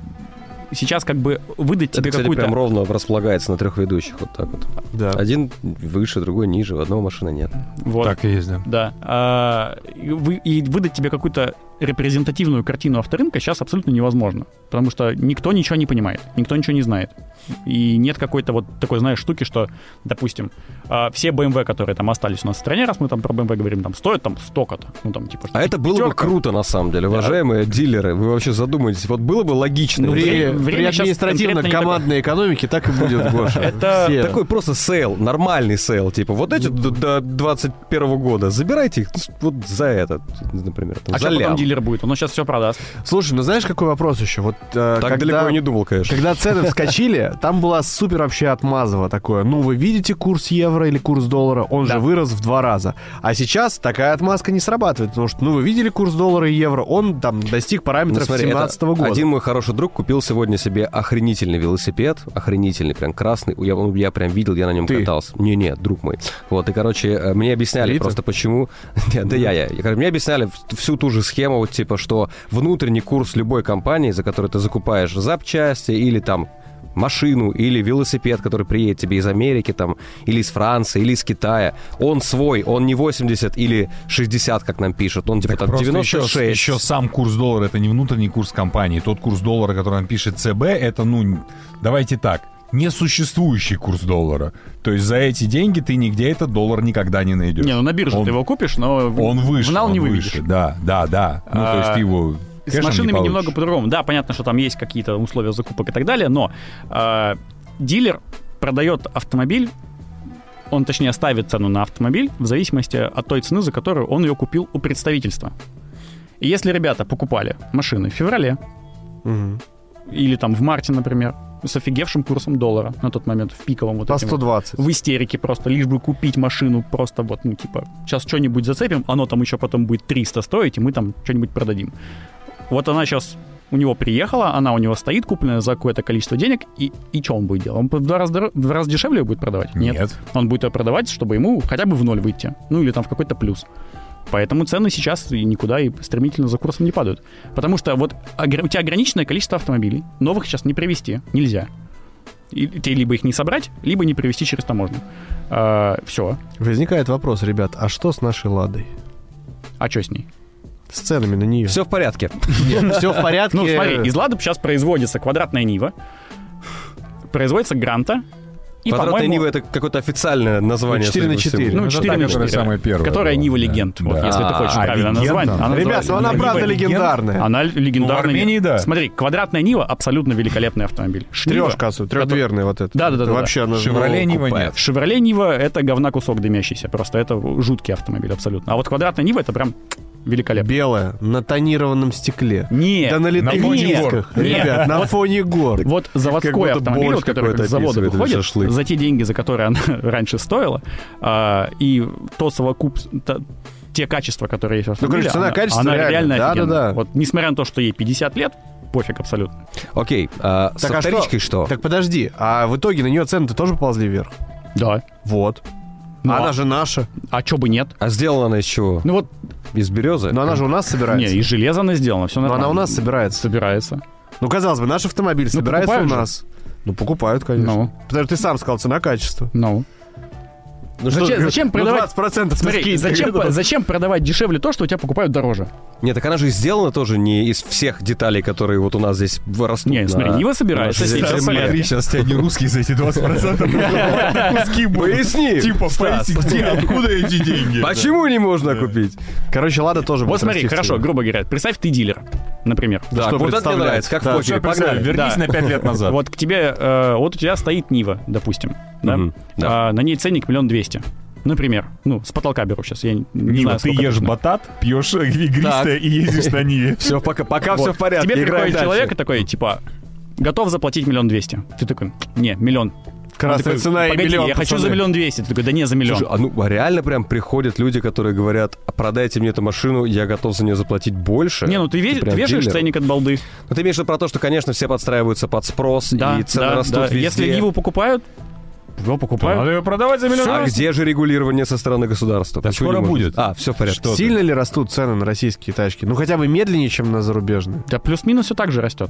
E: сейчас как бы выдать
B: Это,
E: тебе
B: кстати,
E: какую-то...
B: прям ровно располагается на трех ведущих, вот так вот.
C: Да.
B: Один выше, другой ниже, у одного машины нет.
E: Вот.
D: Так и есть, да.
E: Да. А, и, вы- и выдать тебе какую-то репрезентативную картину авторынка сейчас абсолютно невозможно. Потому что никто ничего не понимает, никто ничего не знает. И нет какой-то вот такой, знаешь, штуки, что, допустим, а, все бэ эм вэ, которые там остались у нас в стране, раз мы там про бэ эм вэ говорим, там стоят там столько-то. Ну, там, типа,
B: А это было бы
E: пятерка.
B: круто, на самом деле, уважаемые дилеры. Вы вообще задумайтесь, вот было бы логично.
E: Ну,
C: При,
E: время-
C: при
E: время щас
C: административно-командной экономике так и будет, Гоша.
E: Это
C: Все.
B: Такой просто сейл, нормальный сейл, типа, вот эти до, до двадцать первого года, забирайте их вот за этот, например, там,
E: А
B: за
E: что потом
B: лям.
E: дилер будет? Он сейчас все продаст.
C: Слушай, ну знаешь, какой вопрос еще? Вот, э,
B: Так
C: когда,
B: далеко я не думал, конечно.
C: когда цены вскочили, там была супер вообще отмазово такое. Ну, вы видите курс евро или курс доллара? Он
E: Да.
C: же вырос в два раза. А сейчас такая отмазка не срабатывает, потому что, ну, вы видели курс доллара и евро? Он там достиг
B: Ну,
C: параметров
B: смотри, это
C: семнадцатого года.
B: один мой хороший друг купил сегодня себе охренительный велосипед, охренительный, прям красный. Я, он- я прям видел, я на нем
C: Ты?
B: катался. Не-не, друг мой. Вот, и, короче, э, мне объясняли
C: Элита?
B: просто почему... Нет, да я, я. Я, короче, Мне объясняли в- всю ту же схему, вот, типа, что внутренний курс любой компании, за которую ты закупаешь запчасти или там машину или велосипед, который приедет тебе из Америки там, или из Франции, или из Китая, он свой, он не восемьдесят или шестьдесят, как нам пишут, он типа
D: Так
B: там
D: просто
B: девяносто
D: еще,
B: шесть.
D: еще сам курс доллара — это не внутренний курс компании. Тот курс доллара, который нам пишет цэ бэ, это, ну, давайте так, несуществующий курс доллара. То есть за эти деньги ты нигде этот доллар никогда не найдешь.
E: Не, ну на бирже
D: Он-
E: ты его купишь, но
D: Он выше,
E: в нал
D: он
E: не
D: выше,
E: выведешь.
D: да, да, да. Ну, то есть
E: А,
D: ты его
E: С
D: кэшем не
E: машинами
D: получишь.
E: немного по-другому. Да, понятно, что там есть какие-то условия закупок и так далее, но э, дилер продает автомобиль, он, точнее, ставит цену на автомобиль в зависимости от той цены, за которую он ее купил у представительства. И если ребята покупали машины в феврале
C: Мгм.
E: или там в марте, например, с офигевшим курсом доллара на тот момент, в пиковом вот
C: По
E: этим
C: сто
E: вот,
C: двадцать.
E: в истерике просто, лишь бы купить машину, просто вот, ну, типа, сейчас что-нибудь зацепим, оно там еще потом будет триста стоить, и мы там что-нибудь продадим. Вот она сейчас у него приехала, она у него стоит, купленная за какое-то количество денег, и, и что он будет делать? Он в два раза, дор- в два раза дешевле ее будет продавать?
D: Нет.
E: Он будет ее продавать, чтобы ему хотя бы в ноль выйти, ну, или там в какой-то плюс. Поэтому цены сейчас и никуда и стремительно за курсом не падают. Потому что вот огр- у тебя ограниченное количество автомобилей, новых сейчас не привезти нельзя. И тебе либо их не собрать, либо не привезти через таможню. все.
C: Возникает вопрос, ребят, а что с нашей «Ладой»?
E: А что с ней?
C: С ценами на нее.
B: Все в порядке.
C: Все в порядке.
E: Ну, смотри, из «Лады» сейчас производится квадратная Нива, производится Гранта, и,
B: Квадратная
E: по-моему,
B: Нива — это какое-то официальное название.
C: четыре на
B: судя по всему.
C: четыре.
E: ну,
D: Это
E: четыре
D: та,
E: на
D: которая
E: четыре,
D: самая первая
E: которая
D: была,
E: Нива
D: да.
E: Легенд, вот,
D: Да.
E: если ты хочешь
D: А,
E: правильно
D: Легенд,
E: название.
D: она
E: Она
C: Ребят,
E: называется
C: ну она
E: Нива
C: правда
D: Легенд.
C: легендарная.
E: Она легендарная.
D: Ну, в Армении, да.
E: Смотри, квадратная Нива абсолютно великолепный автомобиль. Нива,
C: Трешка, трехдверная вот эта.
E: Да-да-да-да.
C: Это Вообще она же
D: «Шевроле»
C: нового
D: Нива
C: купе.
D: нет.
E: Шевроле Нива — это говна кусок дымящийся. Просто это жуткий автомобиль абсолютно. А вот квадратная Нива — это прям великолепно.
C: Белая, на тонированном стекле.
E: Нет,
C: Да на литых
D: фоне
C: дисках.
E: гор. Нет.
C: Ребят, на фоне гор.
E: вот заводской
B: Как будто
E: автомобиль,
B: борщ
E: вот, который
B: какой-то
E: с завода
B: описывает, или
E: выходит,
B: шашлык.
E: за те деньги, за которые она раньше стоила, а, и то совокуп... то- те качества, которые есть в автомобиле,
C: короче, цена,
E: она,
C: качество
E: она
C: реально.
E: реально
C: Да,
E: офигенная.
C: да, да.
E: Вот, несмотря на то, что ей пятьдесят лет, пофиг абсолютно.
B: Окей, а
C: Так,
B: со
C: а
B: вторичкой что?
C: Так подожди, а в итоге на нее цены-то тоже ползли вверх?
E: Да.
C: Вот.
E: Ну,
C: А
E: а-
C: она же наша.
E: А чё бы нет?
B: А сделана она из чего?
E: Ну вот,
B: Из березы?
C: Но она же у нас
E: не,
C: собирается.
E: из железа она сделана, все
C: Но
E: нормально.
C: она у нас собирается.
E: собирается.
C: Ну, казалось бы, наш автомобиль собирается у
E: покупают же.
C: нас. Ну, покупают, конечно.
E: Ну.
C: Потому что ты сам сказал, цена-качество.
E: Ну.
C: Ну,
E: Зачем- зачем
C: ну,
E: продавать-
C: двадцать процентов
E: Смотри,
C: скидки.
E: зачем, по- зачем продавать дешевле то, что у тебя покупают дороже?
B: Нет, так она же сделана тоже не из всех деталей, которые вот у нас здесь растут.
E: Не,
B: на-
E: смотри, Нива собирается
B: на нашей
E: сейчас,
B: земле.
E: смотри.
D: сейчас тебя не русские за эти двадцать процентов куски будут.
B: Поясни,
D: Типа,
B: Стас.
D: поясни, где, откуда эти деньги?
B: Почему не можно купить?
C: Короче, Лада тоже
E: Вот
C: будет
E: смотри,
C: расти в
E: хорошо,
C: цене.
E: грубо говоря, представь, ты дилер, например.
B: Так,
C: что
B: вот это мне
C: представляет?
B: нравится, как в
C: Да,
B: покере.
D: Всё, представь,
B: Погнали.
D: вернись
E: Да.
D: на пять лет назад.
E: Вот к тебе, э, вот у тебя стоит Нива, допустим, да?
B: Мгм, да.
E: А, на ней ценник миллион двести. Например, ну, с потолка беру сейчас, я не не
D: Нива,
E: знаю,
D: ты
E: сколько
D: ешь
E: точно.
D: батат, пьешь игристое и ездишь на Ниве.
B: Все, пока, пока
E: Вот.
B: все в порядке.
E: Тебе
B: играем
E: приходит
B: дальше.
E: человек и такой, типа, готов заплатить миллион двести. Ты такой, не, миллион.
C: Красная
E: Он такой,
C: цена и
E: погоди,
C: миллион,
E: я хочу
C: пацаны.
E: за миллион двести. Ты такой, да не, за миллион.
B: Слушай, а ну а реально прям приходят люди, которые говорят, а продайте мне эту машину, я готов за нее заплатить больше.
E: не, ну ты, ве-
B: прям
E: ты вешаешь
B: дилер.
E: ценник от балды.
B: Ну ты имеешь в виду про то, что, конечно, все подстраиваются под спрос,
E: Да,
B: и цены
E: да,
B: растут
E: да.
B: везде.
E: Если Ниву покупают, его покупают.
D: Надо ее продавать за миллион.
B: А где же регулирование со стороны государства?
D: Да
B: Почему
D: скоро
B: не может?
D: будет.
B: А, все в порядке.
D: Что ты?
C: Сильно ли растут цены на российские тачки? Ну, хотя бы медленнее, чем на зарубежные.
E: Да плюс-минус все так же растет.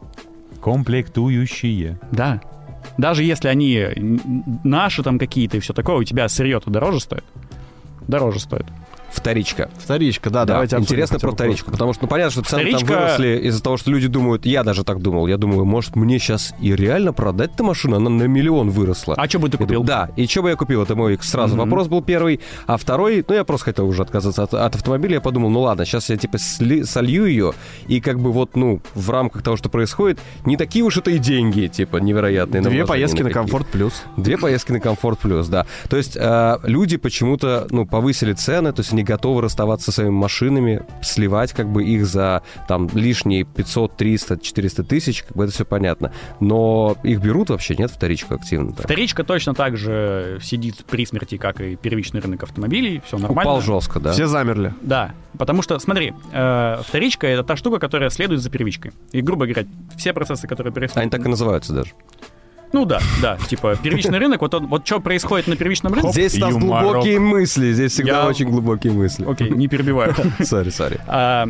D: Комплектующие.
E: Да. Даже если они н- наши там какие-то и все такое, у тебя сырье-то дороже стоит. Дороже стоит.
B: Вторичка.
C: Вторичка, да,
B: Да,
C: давайте обсудим
B: интересно
C: хотя
B: про
C: бы
B: вторичку, потому что, ну, понятно, что цены там
E: Вторичка-
B: выросли из-за того, что люди думают, я даже так думал, я думаю, может, мне сейчас и реально продать-то машину, она на миллион выросла.
E: А что бы ты
B: Я
E: купил?
B: думаю, да, и что бы я купил? Это мой сразу
E: Мгм.
B: вопрос был первый. А второй, ну, я просто хотел уже отказаться от, от автомобиля. Я подумал, ну ладно, сейчас я типа сли- солью ее, и как бы вот, ну, в рамках того, что происходит, не такие уж это и деньги, типа, невероятные.
C: Две
B: вложения
C: поездки на
B: какие.
C: комфорт плюс.
B: Две поездки на комфорт плюс, да. То есть э, люди почему-то, ну, повысили цены, то есть они готовы расставаться со своими машинами, сливать как бы их за там лишние пятьсот, триста, четыреста тысяч, как бы это все понятно. Но их берут вообще, нет, вторичку активно? Так?
E: Вторичка точно так же сидит при смерти, как и первичный рынок автомобилей. Все нормально.
B: Упал жестко, да.
C: Все замерли.
E: Да, потому что, смотри, э, вторичка — это та штука, которая следует за первичкой. И, грубо говоря, все процессы, которые происходят...
B: Они так и называются даже.
E: Ну да, да, типа первичный рынок, вот, он, вот что происходит на первичном рынке...
B: Здесь у нас
D: юморок.
B: глубокие мысли, здесь всегда
E: Я-
B: очень глубокие мысли.
E: Окей, не перебиваю.
B: Сори, сори.
E: А,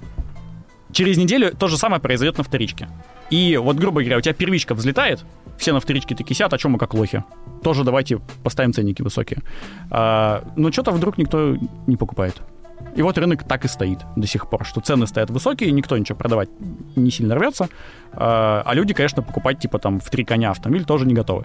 E: через неделю то же самое произойдет на вторичке. И вот, грубо говоря, у тебя первичка взлетает, все на вторичке таки сидят, а чем мы как лохи? Тоже давайте поставим ценники высокие. А, но что-то вдруг никто не покупает. И вот рынок так и стоит до сих пор, что цены стоят высокие, никто ничего продавать не сильно рвется, а люди, конечно, покупать типа там в три коня автомобиль тоже не готовы.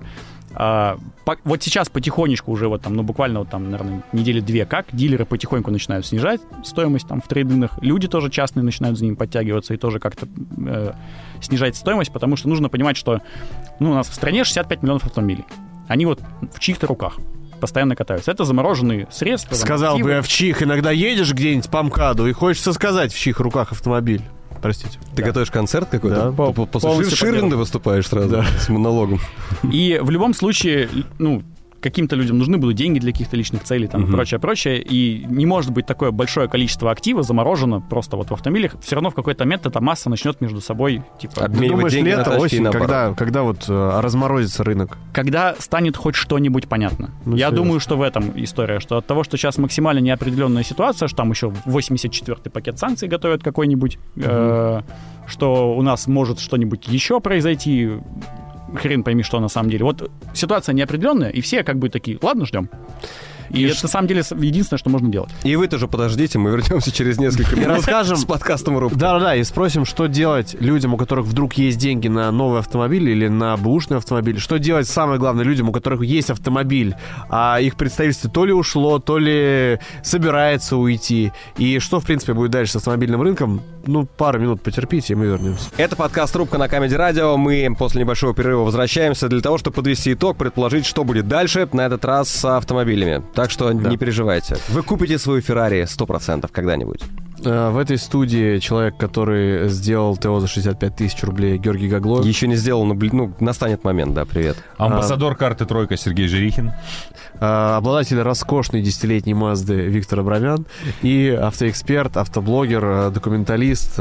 E: Вот сейчас потихонечку уже вот там, ну буквально вот там, наверное, недели две как, дилеры потихоньку начинают снижать стоимость там в трейд-инах, люди тоже частные начинают за ним подтягиваться и тоже как-то э, снижать стоимость, потому что нужно понимать, что ну, у нас в стране шестьдесят пять миллионов автомобилей. Они вот в чьих-то руках постоянно катаются. Это замороженные средства.
C: Сказал бы я в чьих. Иногда едешь где-нибудь по МКАДу и хочется сказать, в чьих руках автомобиль. Простите.
B: Ты да. готовишь концерт какой-то?
C: Да.
B: По- После Ширвинда выступаешь сразу да. с монологом.
E: И в любом случае, ну, каким-то людям нужны будут деньги для каких-то личных целей, там, uh-huh. прочее, прочее, и не может быть такое большое количество актива заморожено просто вот в автомобилях. Все равно в какой-то момент эта масса начнет между собой, типа...
B: Обменивать деньги на тачки и наоборот.
C: Когда, когда вот э, разморозится рынок?
E: Когда станет хоть что-нибудь понятно. Ну, Я серьезно. думаю, что в этом история, что от того, что сейчас максимально неопределенная ситуация, что там еще восемьдесят четвёртый пакет санкций готовят какой-нибудь, uh-huh. э, что у нас может что-нибудь еще произойти... Хрен пойми, что на самом деле. Вот ситуация неопределенная, и все как бы такие, ладно, ждем. И, и это, ш... на самом деле, единственное, что можно делать.
B: И вы тоже подождите, мы вернемся через несколько минут расскажем с подкастом «Рубка».
C: Да-да-да, и спросим, что делать людям, у которых вдруг есть деньги на новый автомобиль или на бэушный автомобиль. Что делать, самое главное, людям, у которых есть автомобиль, а их представительство то ли ушло, то ли собирается уйти. И что, в принципе, будет дальше с автомобильным рынком? Ну, пару минут потерпите, и мы вернемся.
B: Это подкаст «Рубка» на Камеди Радио. Мы после небольшого перерыва возвращаемся для того, чтобы подвести итог, предположить, что будет дальше, на этот раз с автомобилями. Так что да. не переживайте. Вы купите свою Феррари сто процентов когда-нибудь.
C: В этой студии человек, который сделал ТО за шестьдесят пять тысяч рублей, Георгий Гаглов.
B: Еще не сделал, но ну, настанет момент, да, привет.
D: Амбассадор а, карты «Тройка» Сергей Жирихин.
C: А, обладатель роскошной десятилетней Мазды Виктор Абрамян. И автоэксперт, автоблогер, документалист,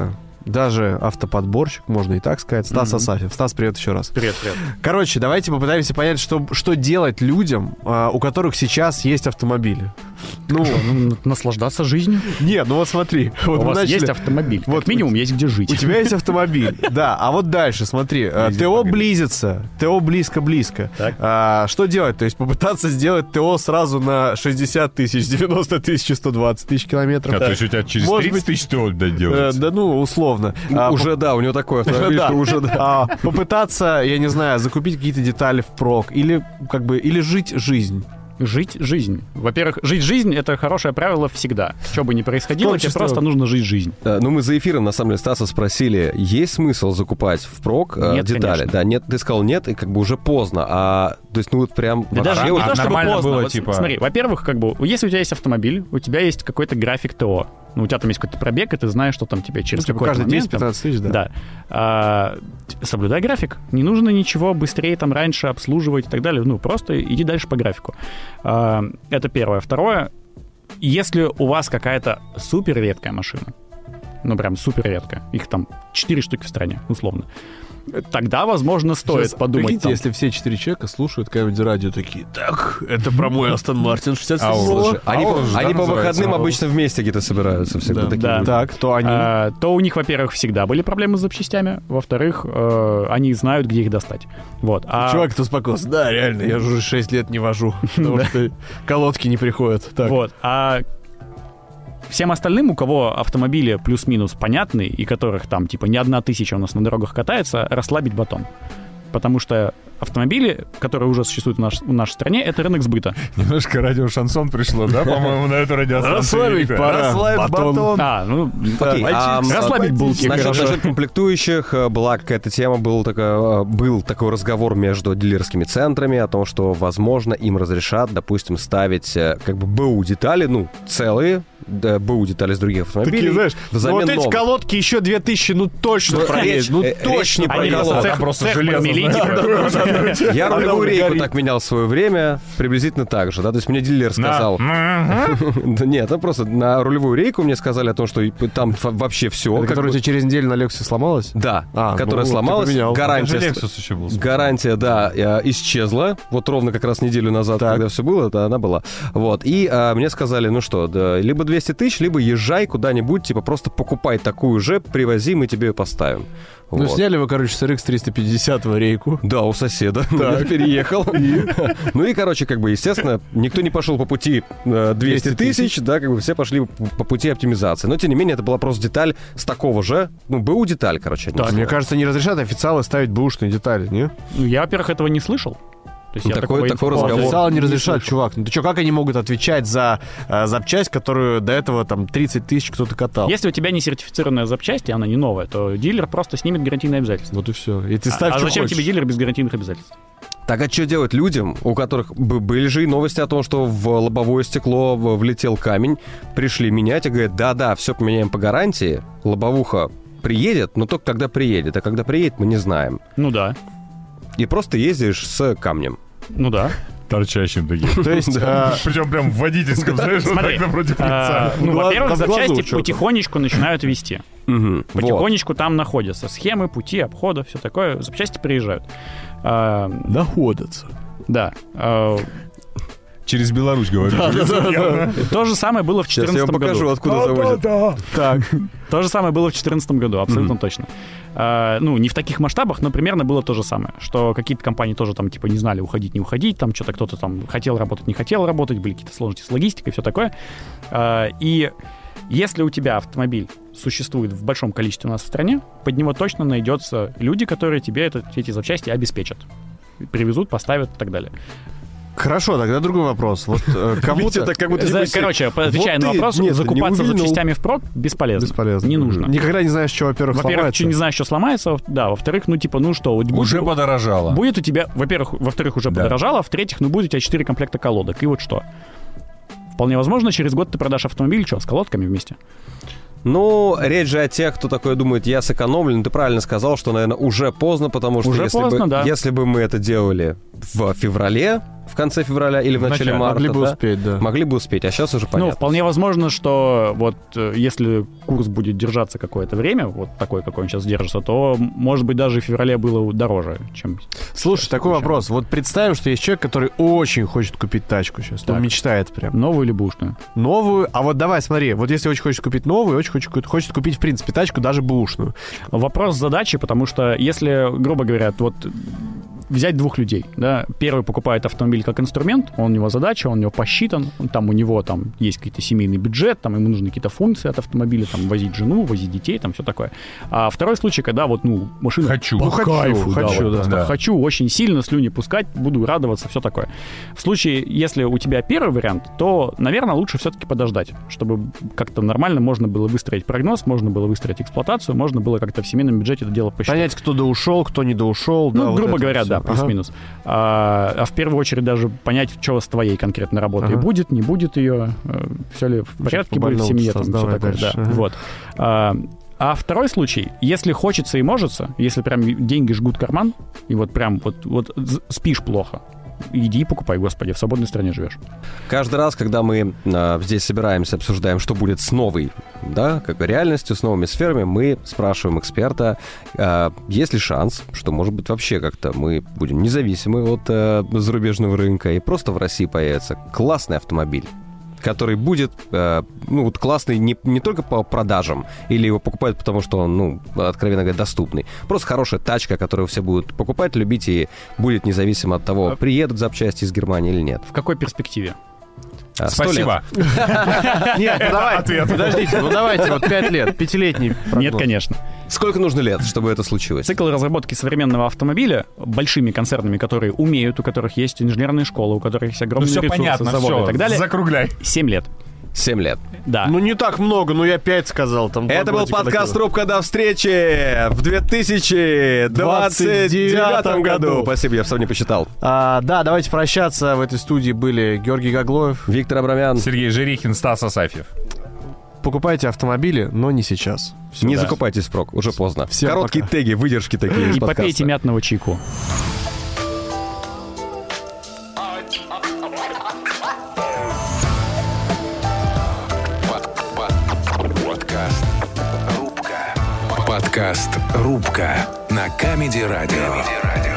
C: даже автоподборщик, можно и так сказать, Стас mm-hmm. Асафьев. Стас, привет еще раз.
E: Привет, привет.
C: Короче, давайте попытаемся понять, что, что делать людям, а, у которых сейчас есть автомобили.
E: Ну, ну, наслаждаться жизнью.
C: Нет, ну вот смотри. Вот
E: у вас
C: начали...
E: есть автомобиль. Вот как минимум есть где жить.
C: У тебя есть автомобиль, да. А вот дальше, смотри. ТО близится. ТО близко-близко. А, что делать? То есть попытаться сделать ТО сразу на шестьдесят тысяч, девяносто тысяч, сто двадцать тысяч километров.
D: А то есть у тебя через тридцать тысяч ТО делается?
C: Да, ну, условно.
B: Уже да, у него такое автомобиль, что уже да.
C: Попытаться, я не знаю, закупить какие-то детали впрок. Или как бы, или жить жизнь.
E: Жить жизнь. Во-первых, жить жизнь — это хорошее правило всегда. Что бы ни происходило, тебе просто нужно жить жизнь.
B: Да, ну, мы за эфиром, на самом деле, Стаса спросили, есть смысл закупать впрок
E: нет,
B: детали?
E: Конечно.
B: Да, нет, ты сказал нет, и как бы уже поздно. А, то есть, ну, вот прям...
E: Да даже
B: вот
E: не то, чтобы
D: нормально
E: поздно.
D: было,
E: Вот,
D: типа...
E: Смотри, во-первых, как бы, если у тебя есть автомобиль, у тебя есть какой-то график ТО. Ну, у тебя там есть какой-то пробег, и ты знаешь, что там тебе через
C: ну,
E: какой-то
C: каждый
E: момент...
C: десять-пятнадцать тысяч, да.
E: Да. А, соблюдай график. Не нужно ничего быстрее, там, раньше обслуживать и так далее. Ну, просто иди дальше по графику. А, это первое. Второе, если у вас какая-то супер редкая машина, ну, прям супер редкая, их там четыре штуки в стране, условно, тогда, возможно, стоит
C: Сейчас,
E: подумать.
C: Прикиньте,
E: там.
C: если все четыре человека слушают Камеди Радио, такие, так, это про мой Астон Мартин шестьдесят
B: А,
C: седьмого.
B: Они,
D: а
B: по,
D: он,
B: они
D: да,
B: по выходным
D: называется,
B: обычно вместе где-то собираются всегда
C: Да.
B: такие.
E: Да.
B: люди.
C: Так, то они...
E: А, то у них, во-первых, всегда были проблемы с запчастями, во-вторых, э, они знают, где их достать. Вот. А...
C: Чувак-то успокоился. Да, реально, я уже шесть лет не вожу, потому что колодки не приходят. Так.
E: Вот. А всем остальным, у кого автомобили плюс-минус понятны, и которых там, типа, не одна тысяча у нас на дорогах катается, расслабить батон. Потому что автомобили, которые уже существуют в, наш, в нашей стране, это рынок сбыта.
D: Немножко радио-шансон пришло, да, по-моему, на эту радиостанцию?
C: Расслабить пора.
D: Расслабить батон.
E: А, ну,
B: Окей, а,
E: расслабить булки.
B: Насчет,
E: хорошо.
B: насчет комплектующих была какая-то тема, был, такой, был такой разговор между дилерскими центрами о том, что, возможно, им разрешат, допустим, ставить как бы БУ-детали, ну, целые, да, БУ-детали с других автомобилей.
C: Такие, знаешь, ну вот эти
B: новых.
C: колодки еще две тысячи, ну точно
B: Ну,
C: проедет,
B: речь-
C: ну
B: э,
C: точно
B: речь не про
C: проедет.
B: колодки.
E: Цех-
D: просто
E: цех
D: железо,
E: промелить,
D: знаешь.
E: типа.
B: Я
C: Она
B: рулевую
C: уже
B: рейку
C: горит.
B: так менял в свое время, приблизительно так же, да, то есть мне дилер сказал... Да нет, ну просто на рулевую рейку мне сказали о том, что там ф- вообще все.
C: Это которая у тебя через неделю на Лексе сломалась?
B: Да,
C: А,
B: которая
C: ну,
B: сломалась,
C: ты поменял.
B: гарантия,
D: Даже Lexus еще был.
B: гарантия, да, э, исчезла, вот ровно как раз неделю назад,
C: Так.
B: когда все было, да, она была. Вот, и э, мне сказали, ну что, да, либо двести тысяч, либо езжай куда-нибудь, типа просто покупай такую же, привози, мы тебе ее поставим.
C: Ну,
B: Вот.
C: сняли вы, короче, с эр икс триста пятьдесят рейку.
B: Да, у соседа. соседа, переехал. Ну и, короче, как бы, естественно, никто не пошел по пути э, двести тысяч, да, как бы все пошли по пути оптимизации. Но, тем не менее, это была просто деталь с такого же, ну, БУ деталь, короче.
C: Да, мне кажется, не разрешат официалы ставить бэушные детали, не?
E: Ну, я, во-первых, этого не слышал. То есть
B: Ну,
E: я
B: такой-
E: такого
B: такой
E: информации-
B: разговор.
C: Официалы не
E: не
C: разрешат,
E: слышал.
C: чувак. Ну ты что, как они могут отвечать за э, запчасть, которую до этого там тридцать тысяч кто-то катал?
E: Если у тебя не сертифицированная запчасть, и она не новая, то дилер просто снимет гарантийные обязательства.
C: Вот и все. И ты
E: А,
C: ставь,
E: а
C: что
E: зачем
C: хочешь.
E: тебе дилер без гарантийных обязательств?
B: Так а что делать людям, у которых б- были же и новости о том, что в лобовое стекло в- влетел камень, пришли менять и говорят, да-да, все поменяем по гарантии, лобовуха приедет, но только когда приедет, а когда приедет, мы не знаем.
E: Ну да.
B: И просто ездишь с камнем.
E: Ну да.
D: Торчащим таким.
C: То есть, э,
D: Причем прям в водительском, знаешь, вот
E: Смотри,
D: так напротив
E: а,
D: лица.
E: ну,
C: В глаз-
E: во-первых,
C: там в глазу
E: запчасти
C: что-то.
E: потихонечку начинают вести.
B: Мгм. Вот.
E: Потихонечку там находятся схемы, пути, обхода, все такое. Запчасти приезжают. А,
C: находятся.
E: да. А,
D: Через Беларусь, говорю.
E: то же самое было в
B: Сейчас я вам
E: четырнадцатом
B: покажу,
E: году.
B: откуда завозят.
C: Так.
E: То же самое было в две тысячи четырнадцатом году, абсолютно точно. А, ну, не в таких масштабах, но примерно было то же самое. Что какие-то компании тоже там, типа, не знали, уходить, не уходить. Там что-то кто-то там хотел работать, не хотел работать. Были какие-то сложности с логистикой, все такое. А, и если у тебя автомобиль существует в большом количестве у нас в стране, под него точно найдется люди, которые тебе это, эти запчасти обеспечат. Привезут, поставят и так далее.
C: Хорошо, тогда другой вопрос. Вот э, кому-то
B: это как будто...
E: За-
B: типа,
E: короче, отвечая
B: вот
E: на
B: ты-
E: вопрос,
B: нет,
E: закупаться
B: не увидел.
E: запчастями впрок бесполезно.
C: бесполезно.
E: Не нужно.
C: Никогда не знаешь, что, во-первых,
E: Во-первых,
C: сломается.
E: что не знаешь, что сломается, во- да, во-вторых, ну, типа, ну что, вот будет-
D: Уже подорожало.
E: будет у тебя, во-первых, во-вторых, уже
D: Да.
E: подорожало, а в-третьих, ну, будет у тебя четыре комплекта колодок, и вот что. Вполне возможно, через год ты продашь автомобиль, что, с колодками вместе?
B: Ну, речь же о тех, кто такой думает, я сэкономлю. Ну, ты правильно сказал, что, наверное, уже поздно, потому что
E: Уже
B: если,
E: поздно,
B: бы,
E: да.
B: если бы мы это делали в феврале, в конце февраля или в
D: В
B: начале
D: начале.
B: марта,
C: Могли бы
B: да,
C: успеть, да.
B: могли бы успеть, а сейчас уже понятно.
E: Ну, вполне возможно, что вот э, если курс будет держаться какое-то время, вот такой, какой он сейчас держится, то, м, может быть, даже в феврале было дороже, чем...
C: Слушай, такой вопрос. Вот представим, что есть человек, который очень хочет купить тачку сейчас. Он
E: Так.
C: мечтает прям.
E: Новую или бушную?
C: Новую. А вот давай, смотри. Вот если очень хочет купить новую, очень хочет, хочет купить, в принципе, тачку, даже бэушную.
E: Вопрос задачи, потому что если, грубо говоря, вот взять двух людей, да, первый покупает автомобиль как инструмент, он у него задача, он у него посчитан, он, там у него там есть какой-то семейный бюджет, там ему нужны какие-то функции от автомобиля, там возить жену, возить детей, там все такое. А второй случай, когда вот, ну, машина
D: Хочу.
E: по
D: Ну,
C: хочу,
E: кайфу, да,
C: хочу,
E: вот
C: да.
E: просто
D: Да.
E: хочу очень сильно слюни пускать, буду радоваться, все такое. В случае, если у тебя первый вариант, то, наверное, лучше все-таки подождать, чтобы как-то нормально можно было выстроить прогноз, можно было выстроить эксплуатацию, можно было как-то в семейном бюджете это дело посчитать.
C: Понять, кто доушел, кто не доушел. да,
E: Ну,
C: вот
E: грубо
C: это
E: говоря,
C: всё.
E: да,
C: Ага.
E: плюс-минус. А, а в первую очередь даже понять, что с твоей конкретной работой
C: Ага.
E: будет, не будет ее, все ли в порядке будет в
C: по-больному
E: семье, там,
C: Стас,
E: все
C: давай
E: такое,
C: дальше.
E: да.
C: Ага.
E: Вот. А, а второй случай, если хочется и можется, если прям деньги жгут карман, и вот прям вот, вот з- спишь плохо, иди и покупай, господи, в свободной стране живешь.
B: Каждый раз, когда мы а, здесь собираемся, обсуждаем, что будет с новой, да, как бы реальностью, с новыми сферами, мы спрашиваем эксперта, а, есть ли шанс, что, может быть, вообще как-то мы будем независимы от а, зарубежного рынка, и просто в России появится классный автомобиль, который будет, э, ну, вот классный не, не только по продажам, или его покупают, потому что он, ну, откровенно говоря, доступный. Просто хорошая тачка, которую все будут покупать, любить, и будет независимо от того, приедут запчасти из Германии или нет.
E: В какой перспективе?
B: А, сто
D: Спасибо.
B: лет.
C: Нет, ну давай, подождите, ну давайте, вот пять лет, пятилетний прогноз.
E: Нет, конечно.
B: Сколько нужно лет, чтобы это случилось?
E: Цикл разработки современного автомобиля большими концернами, которые умеют, у которых есть инженерные школы, у которых есть
D: Ну
E: огромные
D: все
E: ресурсы,
D: понятно,
E: заводы
D: все,
E: и так далее,
D: закругляй.
E: семь лет.
B: Семь лет.
E: Да.
C: Ну не так много, ну я пять сказал. Там два
B: Это был
C: годика
B: подкаст
C: накинул.
B: «Трубка». До встречи в две тысячи двадцать девятом году. Спасибо, я в не посчитал.
C: А, да, давайте прощаться. В этой студии были Георгий Гаглоев.
B: Виктор Абрамян.
D: Сергей Жирихин, Стас Асафьев.
C: Покупайте автомобили, но не сейчас. Всё,
B: Не
C: да.
B: закупайтесь впрок, уже поздно.
C: Всем
B: Короткие
C: пока.
B: теги, выдержки такие из
E: И попейте
B: подкаста.
E: мятного чайку.
A: Подкаст «Рубка». Подкаст «Рубка» на Камеди Радио.